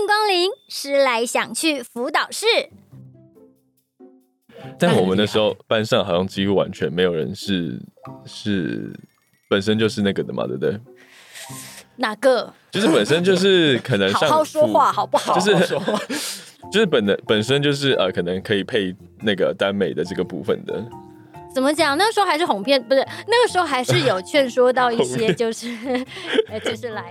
迎光临，思来想去辅导室。 但我们那时候班上好像几乎完全没有人是本身就是那个的嘛，对不对？ 哪个？ 就是本身就是可能好好说话好不好？ 就是本身就是可能可以配那个耽美的这个部分的。 怎么讲？那个时候还是哄骗，不是那个时候还是有劝说到一些，就是就是来。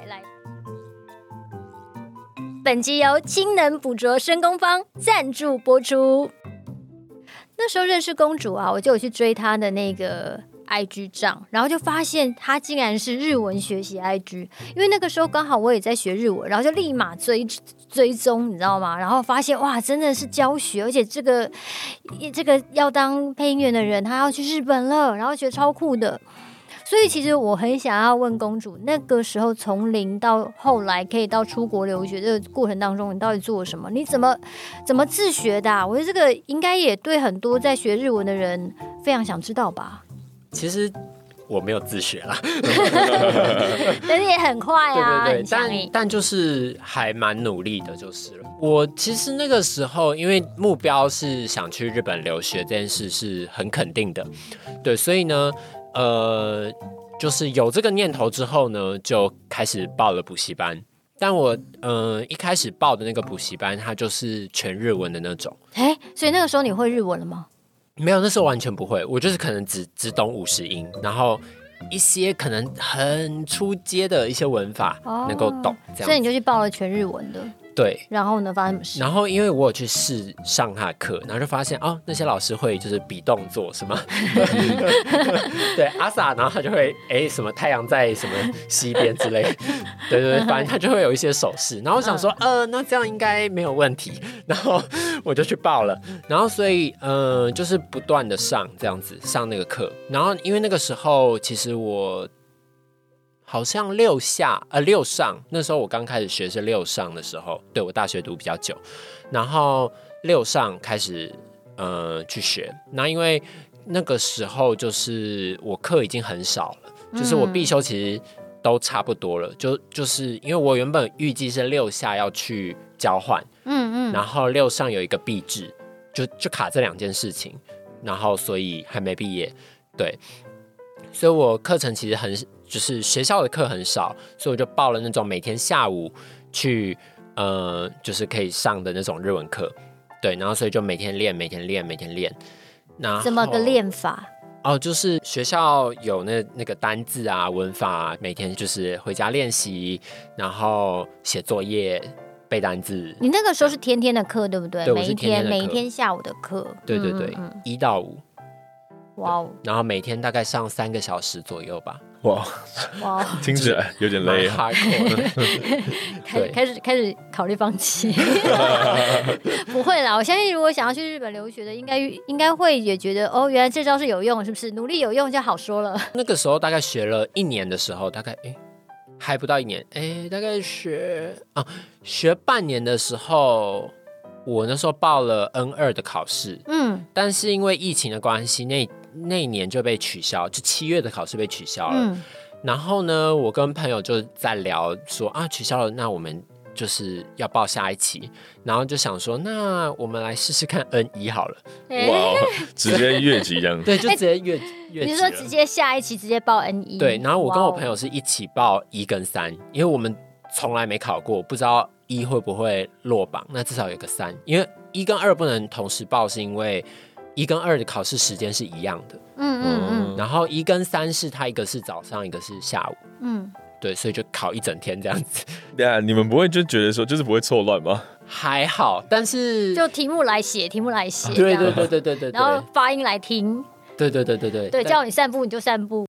本集由氢能捕捉声工坊赞助播出。那时候认识公主啊，我就有去追她的那个 IG 账，然后就发现她竟然是日文学习 IG， 因为那个时候刚好我也在学日文，然后就立马追踪，你知道吗？然后发现哇，真的是教学，而且这个要当配音员的人，他要去日本了，然后觉得超酷的。所以其实我很想要问公主，那个时候从零到后来可以到出国留学这个过程当中，你到底做了什么？你怎么自学的啊？我觉得这个应该也对很多在学日文的人非常想知道吧。 其实我没有自学啦， 但是也很快啊， 对，但就是还蛮努力的，就是了。我其实那个时候因为目标是想去日本留学，这件事是很肯定的，对，所以呢。就是有这个念头之后呢，就开始报了补习班。但我一开始报的那个补习班，它就是全日文的那种。 所以那个时候你会日文了吗？ 没有，那时候完全不会。我就是可能只懂50音，然后一些可能很初阶的一些文法能够懂，这样。 所以你就去报了全日文的。 对， 然后呢，发生什么事？ 然后因为我有去试上他的课，然后就发现那些老师会就是比动作什么，对阿萨，然后他就会什么太阳在什么西边之类，对，反正他就会有一些手势。然后我想说，那这样应该没有问题，然后我就去报了。然后所以就是不断的上这样子上那个课。然后因为那个时候其实我。好像六上，那时候我刚开始学是六上的时候，对我大学读比较久，然后六上开始去学，那因为那个时候就是我课已经很少了，就是我必修其实都差不多了，就是因为我原本预计是六下要去交换，然后六上有一个毕制，就卡这2件事情，然后所以还没毕业，对，所以我课程其实就是学校的课很少，所以我就报了那种每天下午去就是可以上的那种日文课，对，然后所以就每天练，然后怎么个练法？ 就是学校有那个单字啊、文法，每天就是回家练习，然后写作业、背单字。 你那个时候是天天的课，对不对？ 对， 每一天下午的课。 对，1到5。 哇哦！ 然后每天大概上3个小时左右吧。 哇，听起来有点累啊。 开始考虑放弃。不会啦，我相信如果想要去日本留学的，应该会也觉得原来这招是有用，是不是？努力有用就好说了。 那个时候大概学了1年的时候，大概还不到1年，大概学半年的时候。我那时候报了 N2 的考试，但是因为疫情的关系，那一年就被取消，就7月的考试被取消了。然后呢，我跟朋友就在聊说取消了，那我们就是要报下一期，然后就想说，那我们来试试看 N1 好了。 哇，直接越级这样。 对，就直接越级。 你说直接下一期直接报 N1？ 对，然后我跟我朋友是一起报1跟3，因为我们从来没考过，不知道1会不会落榜，那至少有个3，因为1跟2不能同时报，是因为1跟2的考试时间是一样的。然后1跟3是它一个是早上，一个是下午。对，所以就考1整天这样子。 对啊，你们不会就觉得说就是不会错乱吗？ 还好，但是就题目来写。 对， 然后发音来听。 对， 叫你散步你就散步。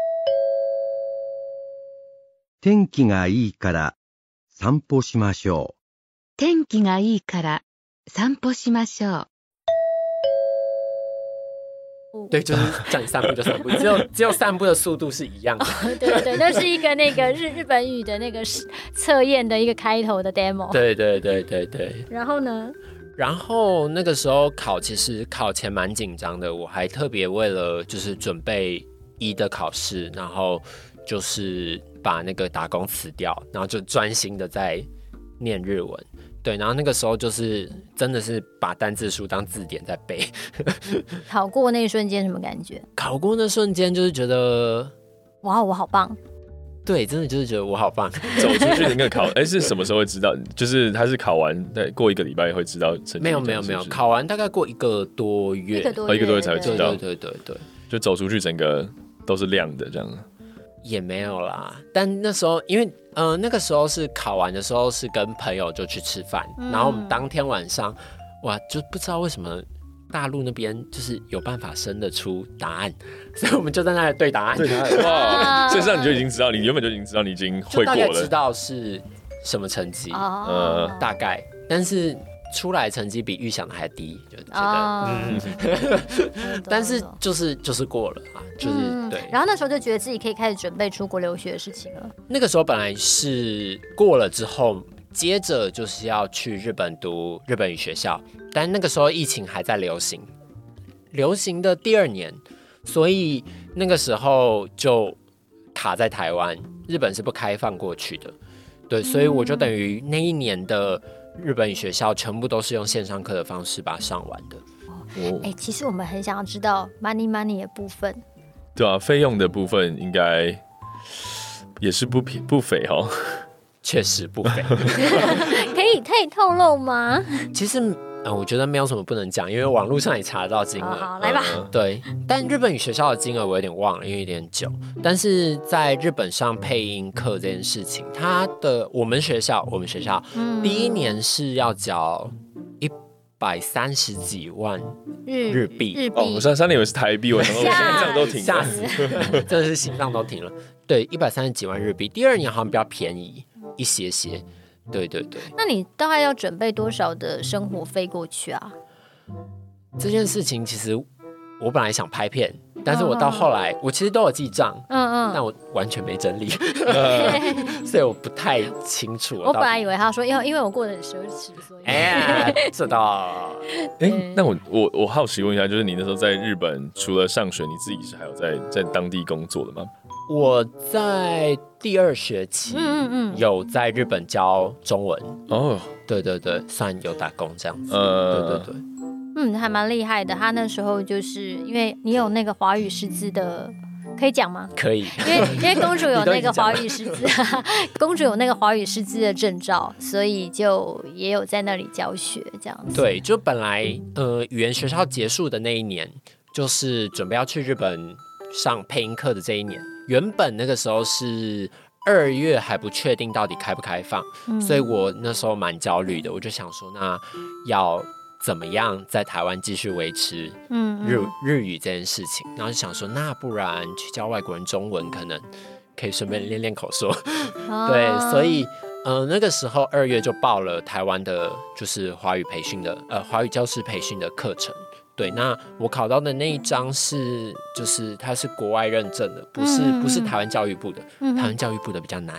天気がいいから散歩しましょう。 天気がいいから散歩しましょう。 对，就是叫你散步就散步，只有散步的速度是一样的。 对，那是一个那个日本语的那个测验的一个开头的 demo。 对。 然后呢？ 然后那个时候其实考前蛮紧张的，我还特别为了就是准备1的考试，然后就是把那个打工辞掉，然后就专心的在念日文。 对，然后那个时候就是真的是把单字书当字典在背。 考过那一瞬间什么感觉？ 考过那瞬间就是觉得， 哇，我好棒！ 对，真的就是觉得我好棒。 走出去那个考，是什么时候会知道？就是他是考完，过1个礼拜会知道成绩？ 没有，考完大概过1个多月， 一个多月才会知道。 对， 就走出去整个都是亮的这样。 也没有啦，但那时候因为那个时候是考完的时候是跟朋友就去吃饭，然后我们当天晚上哇就不知道为什么大陆那边就是有办法生得出答案，所以我们就在那里对答案。 哇！所以这样你就已经知道，你原本就已经知道你已经会过了， 就大概知道是什么成绩，大概，但是出来成绩比预想的还低，就觉得但是就是过了啊，就是对。 然后那时候就觉得自己可以开始准备出国留学的事情了。 那个时候本来是过了之后，接着就是要去日本读日本语学校，但那个时候疫情还在流行的第2年，所以那个时候就卡在台湾，日本是不开放过去的。对，所以我就等于那一年的日本语学校全部都是用线上课的方式把它上完的。 其实我们很想要知道 money 的部分。 对啊，费用的部分应该也是不菲哦。 确实不菲。 可以透露吗？ 其实我觉得没有什么不能讲，因为网络上也查得到金额。 好，来吧。 对，但日本语学校的金额我有点忘了，因为有点久。但是在日本上配音课这件事情，我们学校第1年是要缴130几万日币。 我差点以为是台币，我想说心脏都停了， 吓死，真的是心脏都停了。对，130几万日币。第2年好像比较便宜一些。对。 那你大概要准备多少的生活费过去啊？ 这件事情其实我本来想拍片，但是我到后来我其实都有记账，但我完全没整理，所以我不太清楚。 我本来以为他说因为我过得很奢侈，所以这倒那我好奇问一下，就是你那时候在日本除了上学，你自己是还有在当地工作的吗？ 我在第2学期有在日本教中文哦，对，算有打工这样子，对， 还蛮厉害的。他那时候就是因为你有那个华语师资的，可以讲吗？ 可以， 因为公主有那个华语师资，公主有那个华语师资的证照，所以就也有在那里教学这样子。 对，就本来语言学校结束的那一年，就是准备要去日本上配音课的这一年。原本那个时候是2月还不确定到底开不开放，所以我那时候蛮焦虑的。我就想说，那要怎么样在台湾继续维持日语这件事情？然后就想说，那不然去教外国人中文，可能可以顺便练练口说。对，所以那个时候2月就报了台湾的，就是华语教师培训的课程。对，那我考到的那一张就是它是国外认证的，不是台湾教育部的，台湾教育部的比较难。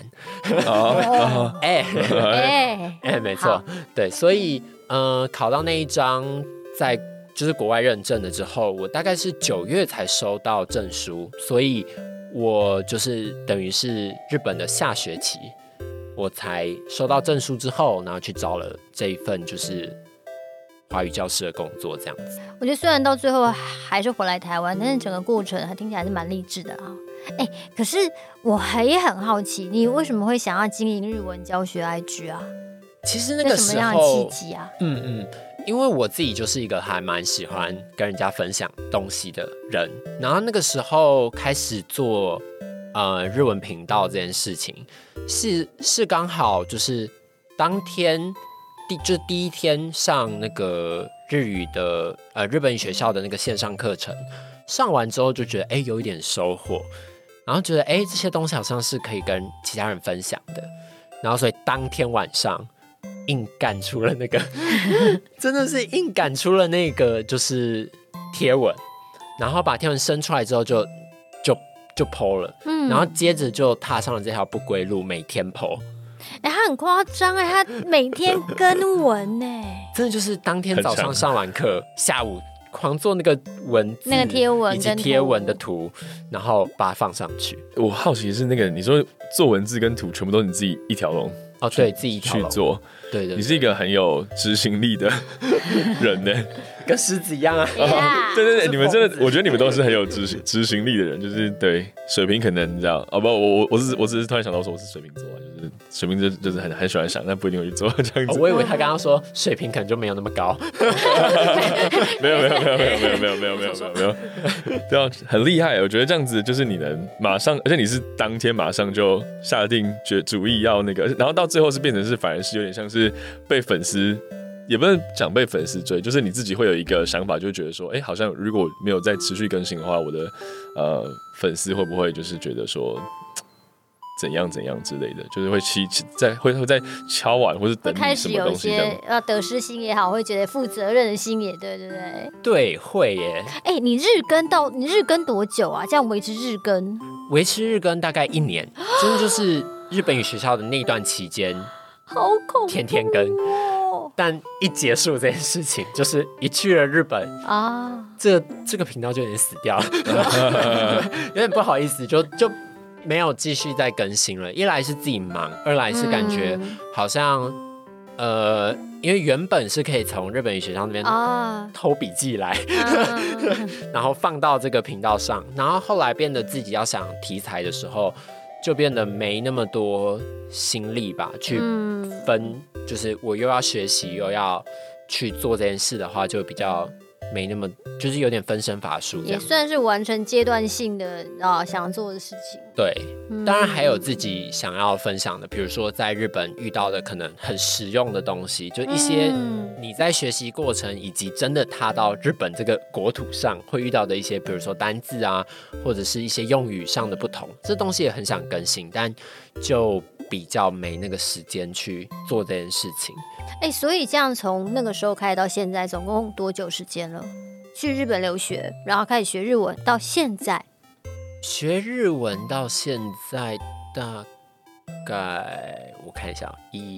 没错，对，所以考到那一张在就是国外认证了之后，我大概是9月才收到证书，所以我就是等于是日本的下学期，我才收到证书之后，然后去找了这一份就是华语教师的工作，这样子。 我觉得虽然到最后还是回来台湾，但是整个过程还听起来是蛮励志的啊。可是我也很好奇，你为什么会想要经营日文教学 IG 啊？ 其实那个时候什么样的契机啊？ 因为我自己就是一个还蛮喜欢跟人家分享东西的人，然后那个时候开始做日文频道这件事情，是刚好就是当天就第一天上那个日语的日本语学校的那个线上课程，上完之后就觉得有一点收获，然后觉得这些东西好像是可以跟其他人分享的，然后所以当天晚上硬赶出了那个真的是硬赶出了那个就是贴文，然后把贴文生出来之后就 po 了，然后接着就踏上了这条不归路，每天 po。 他很夸张他每天更文真的就是当天早上上完课，下午狂做那个文字、 那个贴文以及贴文的图，然后把它放上去。 我好奇是那个你说做文字跟图全部都是你自己一条龙？ 哦，对自己一条龙去做。 对对， 你是一个很有执行力的人呢， 跟狮子一样啊。 Yeah 对对对，你们真的，我觉得你们都是很有执行力的人，就是对水瓶可能你知道，哦不，我只是突然想到说我是水瓶座啊，就是水瓶座就是很喜欢想，但不一定会去做这样子。 我以为他刚刚说水平可能就没有那么高。 没有，对啊，很厉害。我觉得这样子就是你能马上，而且你是当天马上就下定主意要那个，然后到最后是变成是反而是有点像是被粉丝。也不能讲被粉丝追，就是你自己会有一个想法，就觉得说，哎，好像如果没有再持续更新的话，我的粉丝会不会就是觉得说怎样之类的，就是会会在敲碗或是等你什么东西这样。 会开始有一些得失心也好，会觉得负责任的心也对，对不对？ 对，会耶。 哎，你日更多久啊？这样维持日更？ 维持日更大概1年，真的就是日本语学校的那段期间， 好恐怖， 天天更。但一结束这件事情，就是一去了日本啊，这个频道就有点死掉了，有点不好意思，就没有继续再更新了。一来是自己忙，二来是感觉好像因为原本是可以从日本语学校那边偷笔记来，然后放到这个频道上，然后后来变得自己要想题材的时候，就变得没那么多心力吧，去分，就是我又要学习又要去做这件事的话，就比较没那么，就是有点分身乏术这样， 也算是完成阶段性的想做的事情。 对，当然还有自己想要分享的，比如说在日本遇到的可能很实用的东西，就一些你在学习过程以及真的踏到日本这个国土上会遇到的一些，比如说单字啊，或者是一些用语上的不同，这东西也很想更新，但就比较没那个时间去做这件事情。 所以这样从那个时候开始到现在，总共多久时间了？去日本留学，然后开始学日文，到现在学日文到现在大概我看一下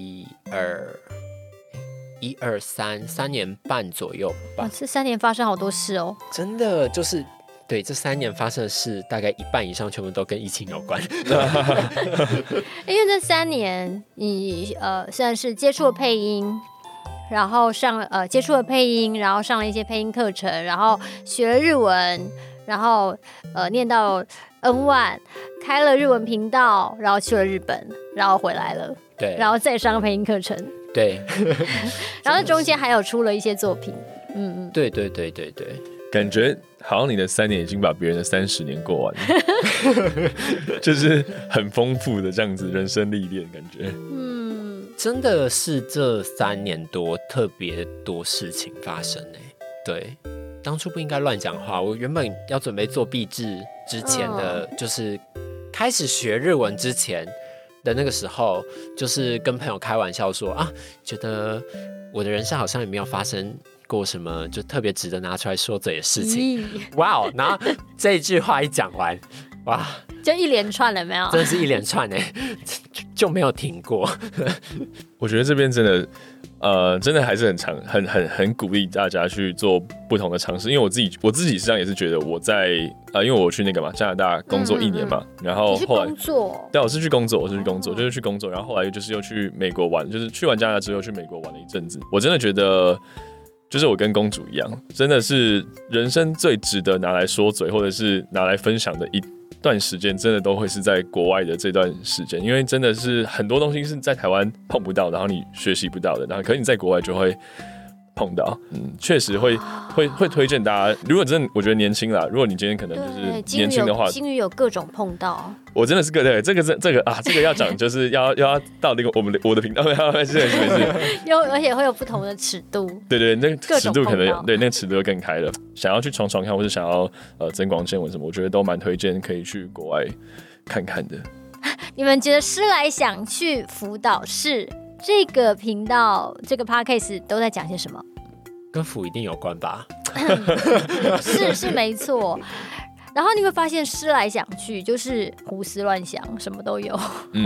3年半左右吧。 这3年发生好多事哦， 真的就是对，这3年发生的事大概一半以上全部都跟疫情有关。 因为这3年你算是接触了配音，然后接触了配音，然后上了一些配音课程，然后学了日文，然后念到 N1， 开了日文频道，然后去了日本，然后回来了， 对， 然后再上配音课程， 对， 然后中间还有出了一些作品， 对， 感觉好像你的3年已经把别人的30年过完了，就是很丰富的这样子人生历练，感觉。 真的是这3年多特别多事情发生对，当初不应该乱讲话。我原本要准备做毕制之前的，就是开始学日文之前的那个时候，就是跟朋友开玩笑说觉得我的人生好像也没有发生过什么就特别值得拿出来说嘴的事情。哇哦！然后这一句话一讲完，哇， 就一连串了，没有？ 真的是一连串就没有停过。 我觉得这边真的还是很鼓励大家去做不同的尝试，因为我自己实际上也是觉得我在因为我去那个加拿大工作1年嘛，然后后来工作， 对，我是去工作，就是去工作，然后后来就是又去美国玩，就是去完加拿大之后去美国玩了一阵子。我真的觉得，就是我跟公主一样，真的是人生最值得拿来说嘴或者是拿来分享的一段时间，真的都会是在国外的这段时间，因为真的是很多东西是在台湾碰不到，然后你学习不到的，然后可是你在国外就会碰到。确实会推荐大家，如果真的我觉得年轻啦，如果你今天可能就是年轻的话， 金鱼有各种碰到。 我真的是对这个要讲，就是要到那个我的频道，没事， 而且会有不同的尺度， 对，那个尺度可能对那个尺度更开了。想要去闯闯看，或者想要增广见闻什么，我觉得都蛮推荐可以去国外看看的。 你们觉得思来想去辅导室这个频道这个 podcast 都在讲些什么？ 跟辅一定有关吧？ 是没错。然后你会发现思来想去就是胡思乱想，什么都有。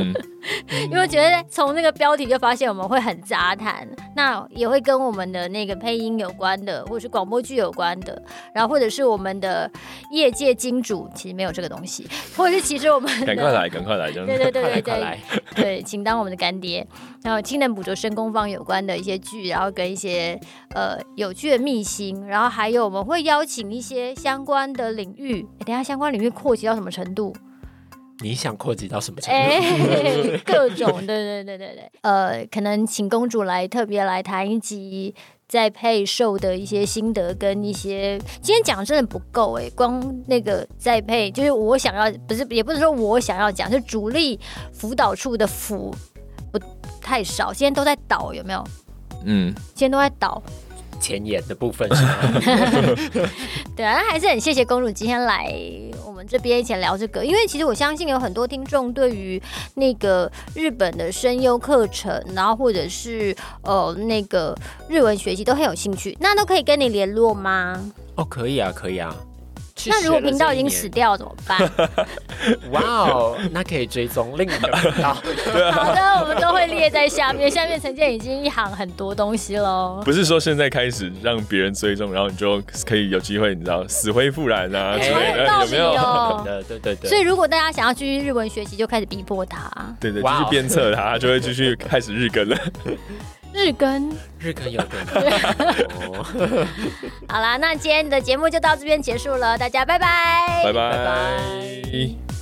因为我觉得从那个标题就发现我们会很杂谈，那也会跟我们的那个配音有关的，或者是广播剧有关的，然后或者是我们的业界金主，其实没有这个东西，或者是其实我们赶快来，赶快来，这样子。 快来对，请当我们的干爹。然后亲能捕捉声工坊有关的一些剧，然后跟一些有趣的秘辛，然后还有我们会邀请一些相关的领域，等一下相关领域扩及到什么程度？ 你想扩及到什么程度？ 各种，对，可能请公主来特别来谈一集再配售的一些心得跟一些，今天讲真的不够光那个再配就是我想要，也不是说我想要讲，就是主力辅导处的辅不太少，今天都在导，有没有？今天都在导。 前言的部分是吗？ 对啊，还是很谢谢公主今天来我们这边一起聊这个，因为其实我相信有很多听众对于那个日本的声优课程，然后或者是那个日文学习都很有兴趣，那都可以跟你联络吗？ 哦，可以啊。 那如果频道已经死掉怎么办？ 哇哦，那可以追踪另一个频道。 好的，我们都会列在下面。下面陈建已经一行很多东西喽。 不是说现在开始让别人追踪，然后你就可以有机会，你知道死灰复燃啊之类的，有没有？ 对。 所以如果大家想要继续日文学习，就开始逼迫他。 对，继续鞭策他，他就会继续开始日更了。 日更有更。 好啦，那今天的节目就到这边结束了，大家拜拜， 拜拜。